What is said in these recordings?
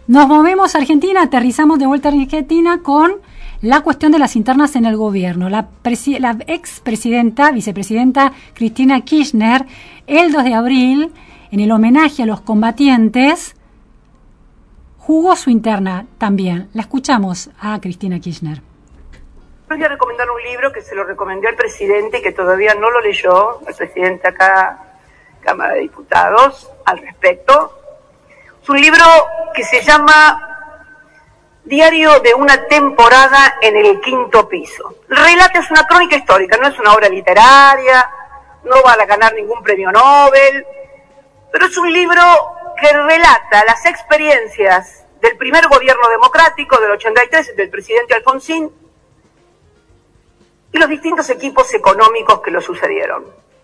Nos movemos a Argentina, aterrizamos de vuelta a Argentina con la cuestión de las internas en el gobierno. La expresidenta, vicepresidenta Cristina Kirchner, el 2 de abril, en el homenaje a los combatientes, jugó su interna también. La escuchamos a Cristina Kirchner. Voy a recomendar un libro que se lo recomendé al presidente y que todavía no lo leyó, el presidente acá, Cámara de Diputados, al respecto. Es un libro que se llama Diario de una temporada en el quinto piso. El relato es una crónica histórica, no es una obra literaria, no va a ganar ningún premio Nobel, pero es un libro que relata las experiencias del primer gobierno democrático del 83, del presidente Alfonsín, y los distintos equipos económicos que lo sucedieron.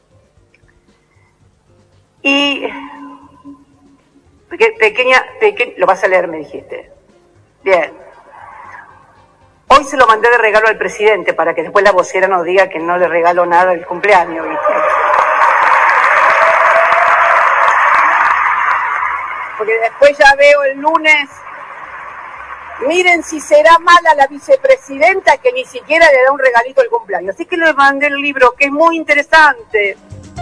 Y lo vas a leer, me dijiste. Bien. Hoy se lo mandé de regalo al presidente para que después la vocera nos diga que no le regalo nada del cumpleaños, ¿viste? Porque después ya veo el lunes, miren si será mala la vicepresidenta que ni siquiera le da un regalito al cumpleaños. Así que le mandé el libro, que es muy interesante.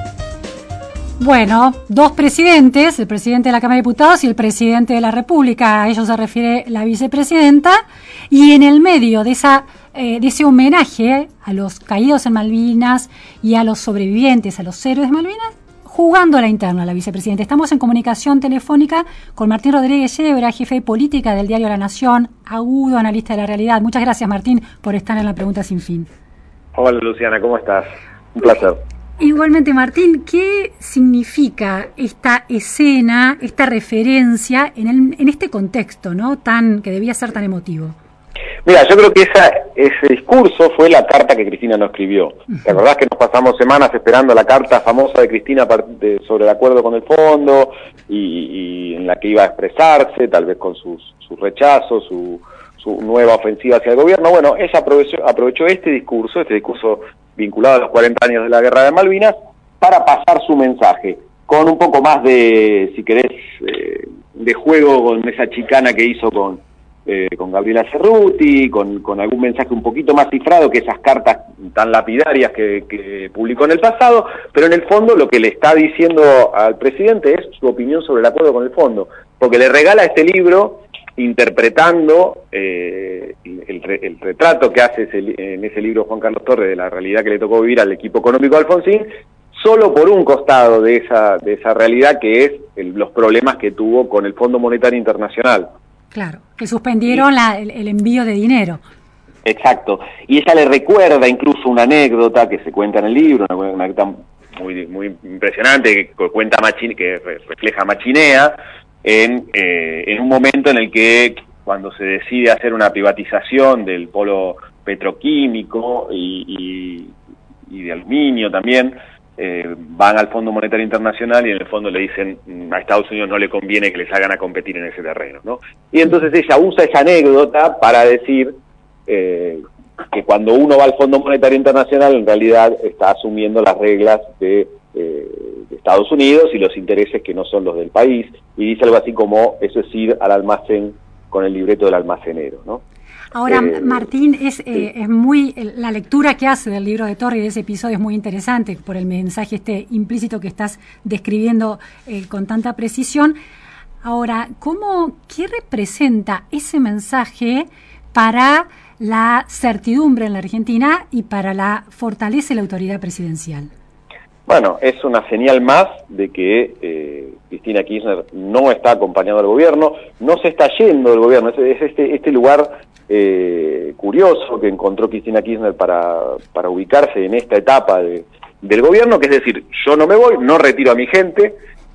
Bueno, dos presidentes, el presidente de la Cámara de Diputados y el presidente de la República, a ellos se refiere la vicepresidenta, y en el medio de ese homenaje a los caídos en Malvinas y a los sobrevivientes, a los héroes de Malvinas, jugando a la interna, la vicepresidenta. Estamos en comunicación telefónica con Martín Rodríguez Yebra, jefe de política del diario La Nación, agudo analista de la realidad. Muchas gracias, Martín, por estar en La Pregunta Sin Fin. Hola, Luciana, ¿cómo estás? Un placer. Igualmente, Martín, ¿qué significa esta escena, esta referencia en este contexto, ¿no? Que debía ser tan emotivo? Mira, yo creo que ese discurso fue la carta que Cristina nos escribió. ¿Te acordás que nos pasamos semanas esperando la carta famosa de Cristina sobre el acuerdo con el fondo y en la que iba a expresarse, tal vez con sus rechazos, su nueva ofensiva hacia el gobierno? Bueno, ella aprovechó este discurso vinculado a los 40 años de la Guerra de Malvinas, para pasar su mensaje, con un poco más de, si querés, de juego con esa chicana que hizo con Gabriela Cerruti, con algún mensaje un poquito más cifrado que esas cartas tan lapidarias que publicó en el pasado, pero en el fondo lo que le está diciendo al presidente es su opinión sobre el acuerdo con el fondo, porque le regala este libro interpretando el retrato que hace en ese libro Juan Carlos Torres de la realidad que le tocó vivir al equipo económico de Alfonsín, solo por un costado de esa realidad, que es los problemas que tuvo con el Fondo Monetario Internacional. Claro, que suspendieron el envío de dinero. Exacto, y ella le recuerda incluso una anécdota que se cuenta en el libro, una anécdota muy, muy impresionante, que refleja Machinea, en un momento en el que, cuando se decide hacer una privatización del polo petroquímico y de aluminio también, van al Fondo Monetario Internacional y en el fondo le dicen a Estados Unidos no le conviene que les hagan a competir en ese terreno, ¿no? Y entonces ella usa esa anécdota para decir que cuando uno va al Fondo Monetario Internacional en realidad está asumiendo las reglas de Estados Unidos y los intereses que no son los del país, y dice algo así como: eso es ir al almacén con el libreto del almacenero, ¿no? Ahora, Martín, es muy la lectura que hace del libro de Torres, de ese episodio, es muy interesante por el mensaje implícito que estás describiendo con tanta precisión. Ahora, ¿qué representa ese mensaje para la certidumbre en la Argentina y para la fortaleza de la autoridad presidencial? Bueno, es una señal más de que Cristina Kirchner no está acompañando al gobierno, no se está yendo del gobierno. Es este lugar curioso que encontró Cristina Kirchner para ubicarse en esta etapa del gobierno, que es decir, yo no me voy, no retiro a mi gente,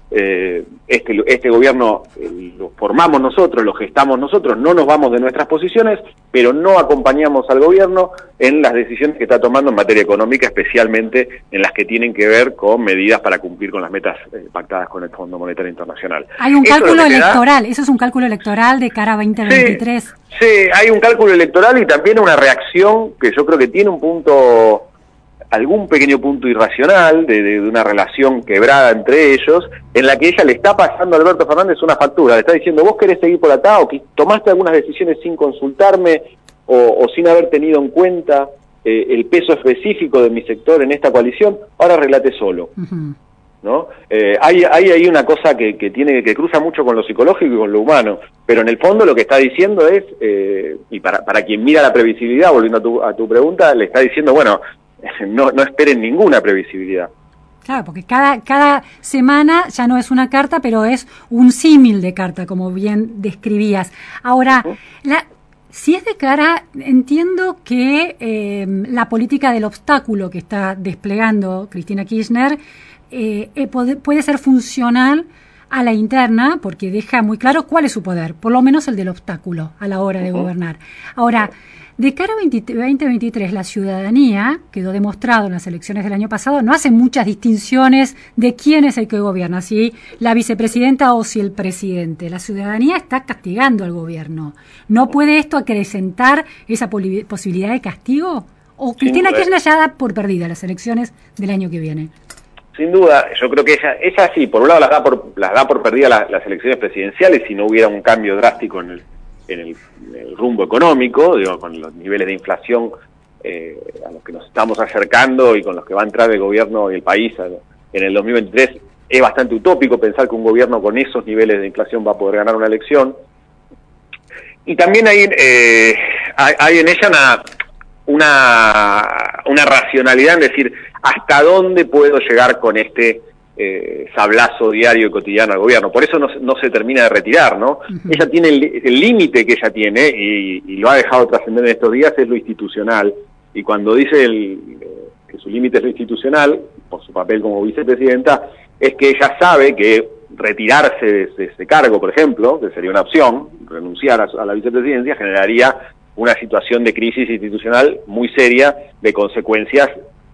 este gobierno lo formamos nosotros, lo gestamos nosotros, no nos vamos de nuestras posiciones, pero no acompañamos al gobierno en las decisiones que está tomando en materia económica, especialmente en las que tienen que ver con medidas para cumplir con las metas pactadas con el Fondo Monetario Internacional. Hay un cálculo electoral, eso es un cálculo electoral de cara a 2023. Sí, hay un cálculo electoral y también una reacción que yo creo que tiene un punto algún pequeño punto irracional de una relación quebrada entre ellos, en la que ella le está pasando a Alberto Fernández una factura, le está diciendo, vos querés seguir por acá, o que tomaste algunas decisiones sin consultarme, o sin haber tenido en cuenta el peso específico de mi sector en esta coalición, ahora arreglate solo. ¿No? Hay una cosa que cruza mucho con lo psicológico y con lo humano, pero en el fondo lo que está diciendo es, y para quien mira la previsibilidad, volviendo a tu pregunta, le está diciendo, bueno, no esperen ninguna previsibilidad. Claro, porque cada semana ya no es una carta, pero es un símil de carta, como bien describías. Ahora, si es de cara, entiendo que la política del obstáculo que está desplegando Cristina Kirchner puede ser funcional a la interna, porque deja muy claro cuál es su poder, por lo menos el del obstáculo a la hora de gobernar. Ahora, de cara a 2023, la ciudadanía, quedó demostrado en las elecciones del año pasado, no hace muchas distinciones de quién es el que gobierna, si la vicepresidenta o si el presidente. La ciudadanía está castigando al gobierno. ¿No puede esto acrecentar esa posibilidad de castigo? ¿O Cristina Kirchner ya da por perdida las elecciones del año que viene? Sin duda, yo creo que ella sí, por un lado las da por perdida las elecciones presidenciales si no hubiera un cambio drástico en el rumbo económico, digo, con los niveles de inflación a los que nos estamos acercando y con los que va a entrar el gobierno y el país en el 2023, es bastante utópico pensar que un gobierno con esos niveles de inflación va a poder ganar una elección. Y también hay en ella una racionalidad en decir hasta dónde puedo llegar con este sablazo diario y cotidiano al gobierno. Por eso no se termina de retirar, ¿no? Ella tiene el límite que ella tiene, y lo ha dejado trascender en estos días, es lo institucional. Y cuando dice que su límite es lo institucional, por su papel como vicepresidenta, es que ella sabe que retirarse de ese cargo, por ejemplo, que sería una opción, renunciar a la vicepresidencia, generaría una situación de crisis institucional muy seria, de consecuencias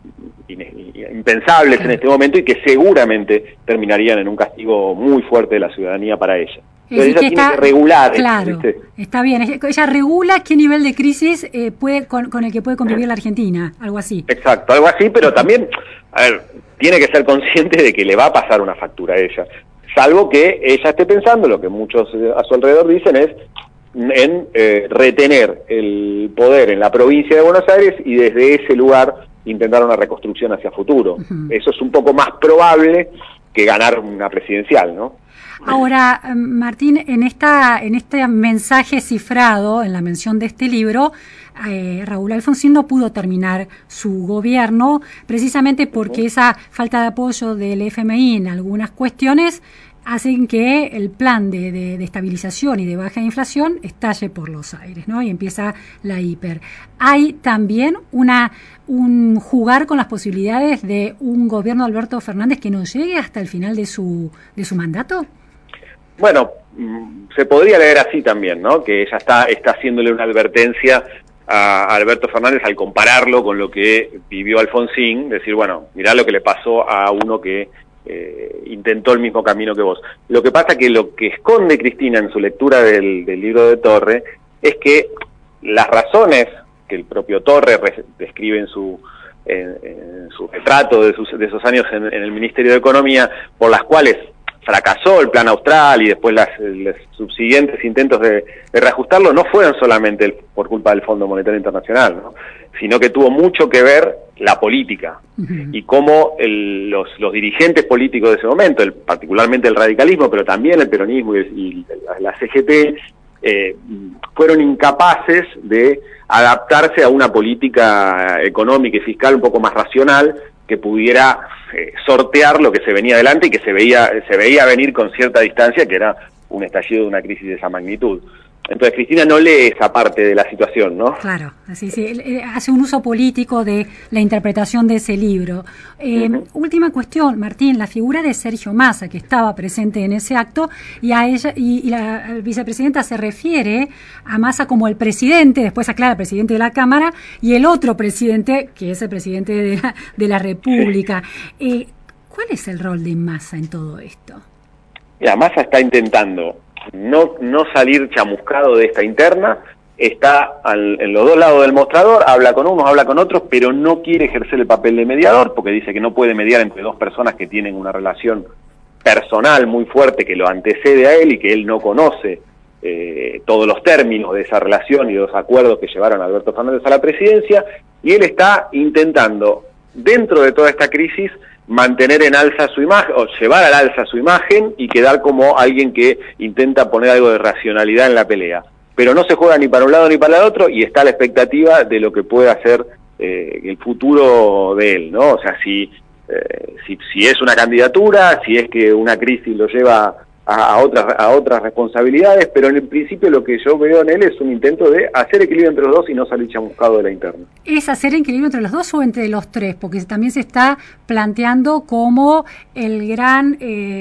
impensables en este momento, y que seguramente terminarían en un castigo muy fuerte de la ciudadanía para ella. Entonces ella tiene que regular. Claro, ¿viste? Está bien. Ella regula qué nivel de crisis con el que puede convivir la Argentina, algo así. Exacto, algo así, pero también, tiene que ser consciente de que le va a pasar una factura a ella, salvo que ella esté pensando, lo que muchos a su alrededor dicen es, en retener el poder en la provincia de Buenos Aires y desde ese lugar intentar una reconstrucción hacia futuro. Eso es un poco más probable que ganar una presidencial, ¿no? Ahora, Martín, en este mensaje cifrado, en la mención de este libro, Raúl Alfonsín no pudo terminar su gobierno precisamente porque esa falta de apoyo del FMI en algunas cuestiones hacen que el plan de estabilización y de baja inflación estalle por los aires, ¿no? Y empieza la hiper. Hay también un jugar con las posibilidades de un gobierno de Alberto Fernández que no llegue hasta el final de su mandato. Bueno, se podría leer así también, ¿no? Que ella está haciéndole una advertencia a Alberto Fernández al compararlo con lo que vivió Alfonsín, decir, bueno, mirá lo que le pasó a uno que intentó el mismo camino que vos. Lo que pasa que lo que esconde Cristina en su lectura del libro de Torre es que las razones que el propio Torre describe en su retrato de esos años en el Ministerio de Economía, por las cuales fracasó el Plan Austral y después los subsiguientes intentos de reajustarlo, no fueron solamente por culpa del Fondo Monetario Internacional, ¿no? Sino que tuvo mucho que ver la política y cómo los dirigentes políticos de ese momento, particularmente el radicalismo, pero también el peronismo y la CGT, fueron incapaces de adaptarse a una política económica y fiscal un poco más racional que pudiera sortear lo que se venía adelante y que se veía venir con cierta distancia, que era un estallido de una crisis de esa magnitud. Entonces Cristina no lee esa parte de la situación, ¿no? Claro, así sí, hace un uso político de la interpretación de ese libro. Última cuestión, Martín, la figura de Sergio Massa, que estaba presente en ese acto, y a ella y la vicepresidenta se refiere a Massa como el presidente, después aclara presidente de la Cámara, y el otro presidente, que es el presidente de la República. ¿Cuál es el rol de Massa en todo esto? Mira, Massa está intentando no salir chamuscado de esta interna, está en los dos lados del mostrador, habla con unos, habla con otros, pero no quiere ejercer el papel de mediador, porque dice que no puede mediar entre dos personas que tienen una relación personal muy fuerte que lo antecede a él y que él no conoce todos los términos de esa relación y los acuerdos que llevaron a Alberto Fernández a la presidencia, y él está intentando, dentro de toda esta crisis, mantener en alza su imagen, o llevar al alza su imagen y quedar como alguien que intenta poner algo de racionalidad en la pelea. Pero no se juega ni para un lado ni para el otro, y está a la expectativa de lo que pueda ser el futuro de él, ¿no? O sea, si es una candidatura, si es que una crisis lo lleva a otras responsabilidades, pero en el principio lo que yo veo en él es un intento de hacer equilibrio entre los dos y no salir chamuscado de la interna. ¿Es hacer equilibrio entre los dos o entre los tres? Porque también se está planteando como el gran,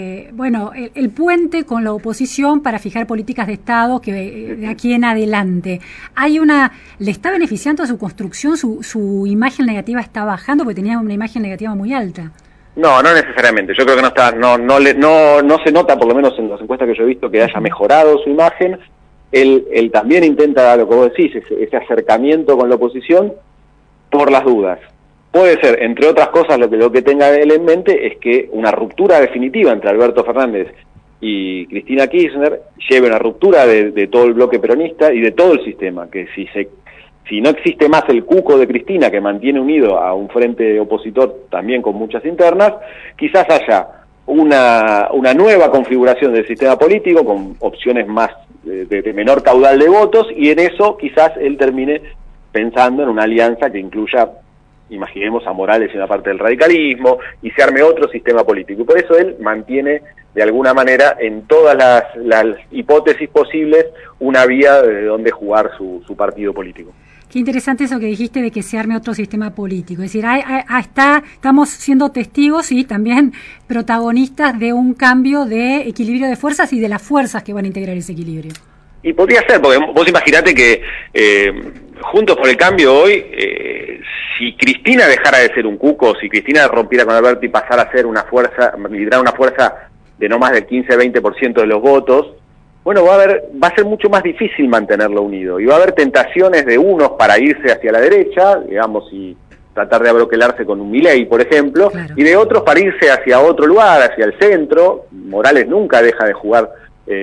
el puente con la oposición para fijar políticas de Estado que de aquí en adelante. ¿Le está beneficiando a su construcción? ¿Su imagen negativa está bajando? Porque tenía una imagen negativa muy alta. No necesariamente. Yo creo que no se nota, por lo menos en las encuestas que yo he visto, que haya mejorado su imagen. Él también intenta, lo que vos decís, ese acercamiento con la oposición por las dudas. Puede ser, entre otras cosas, lo que tenga él en mente es que una ruptura definitiva entre Alberto Fernández y Cristina Kirchner lleve una ruptura de todo el bloque peronista y de todo el sistema, que si no existe más el cuco de Cristina, que mantiene unido a un frente opositor también con muchas internas, quizás haya una nueva configuración del sistema político con opciones más de menor caudal de votos, y en eso quizás él termine pensando en una alianza que incluya, imaginemos, a Morales y una parte del radicalismo, y se arme otro sistema político. Y por eso él mantiene, de alguna manera, en todas las hipótesis posibles, una vía de donde jugar su partido político. Qué interesante eso que dijiste de que se arme otro sistema político. Es decir, estamos siendo testigos y también protagonistas de un cambio de equilibrio de fuerzas y de las fuerzas que van a integrar ese equilibrio. Y podría ser, porque vos imaginate que Juntos por el Cambio hoy, si Cristina dejara de ser un cuco, si Cristina rompiera con Alberto y pasara a ser liderar una fuerza de no más del 15-20% de los votos, bueno, va a ser mucho más difícil mantenerlo unido, y va a haber tentaciones de unos para irse hacia la derecha, digamos, y tratar de abroquelarse con un Milei, por ejemplo, claro, y de otros para irse hacia otro lugar, hacia el centro. Morales nunca deja de jugar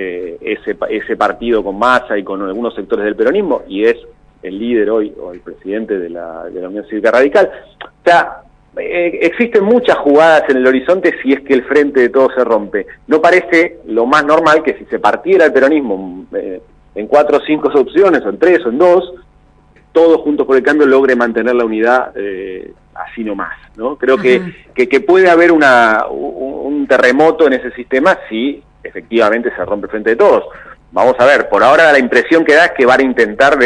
ese partido con Massa y con algunos sectores del peronismo, y es el líder hoy, o el presidente de la Unión Cívica Radical. O sea, existen muchas jugadas en el horizonte si es que el frente de todos se rompe. No parece lo más normal que si se partiera el peronismo en 4 o 5 opciones, o en 3 o en 2, todos Juntos por el Cambio logre mantener la unidad así nomás, ¿no? Creo que puede haber un terremoto en ese sistema si efectivamente se rompe el frente de todos. Vamos a ver, por ahora la impresión que da es que van a intentar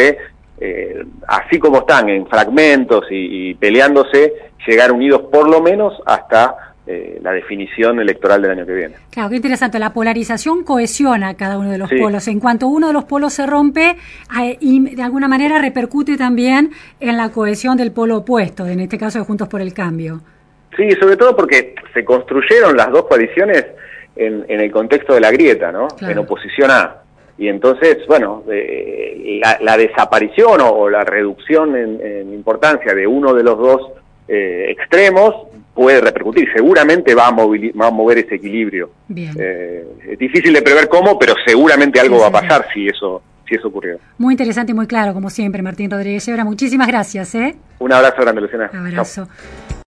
así como están, en fragmentos y peleándose, llegar unidos por lo menos hasta la definición electoral del año que viene. Claro, qué interesante. La polarización cohesiona cada uno de los polos. En cuanto uno de los polos se rompe, y de alguna manera repercute también en la cohesión del polo opuesto, en este caso de Juntos por el Cambio. Sí, sobre todo porque se construyeron las dos coaliciones en el contexto de la grieta, ¿no? Claro. En oposición a. Y entonces, bueno, la desaparición o la reducción en importancia de uno de los dos extremos puede repercutir, seguramente va a mover ese equilibrio. Bien. Es difícil de prever cómo, pero seguramente algo va a pasar si eso ocurrió. Muy interesante y muy claro, como siempre, Martín Rodríguez Yebra. Muchísimas gracias. Un abrazo grande, Luciana. Un abrazo. Chau.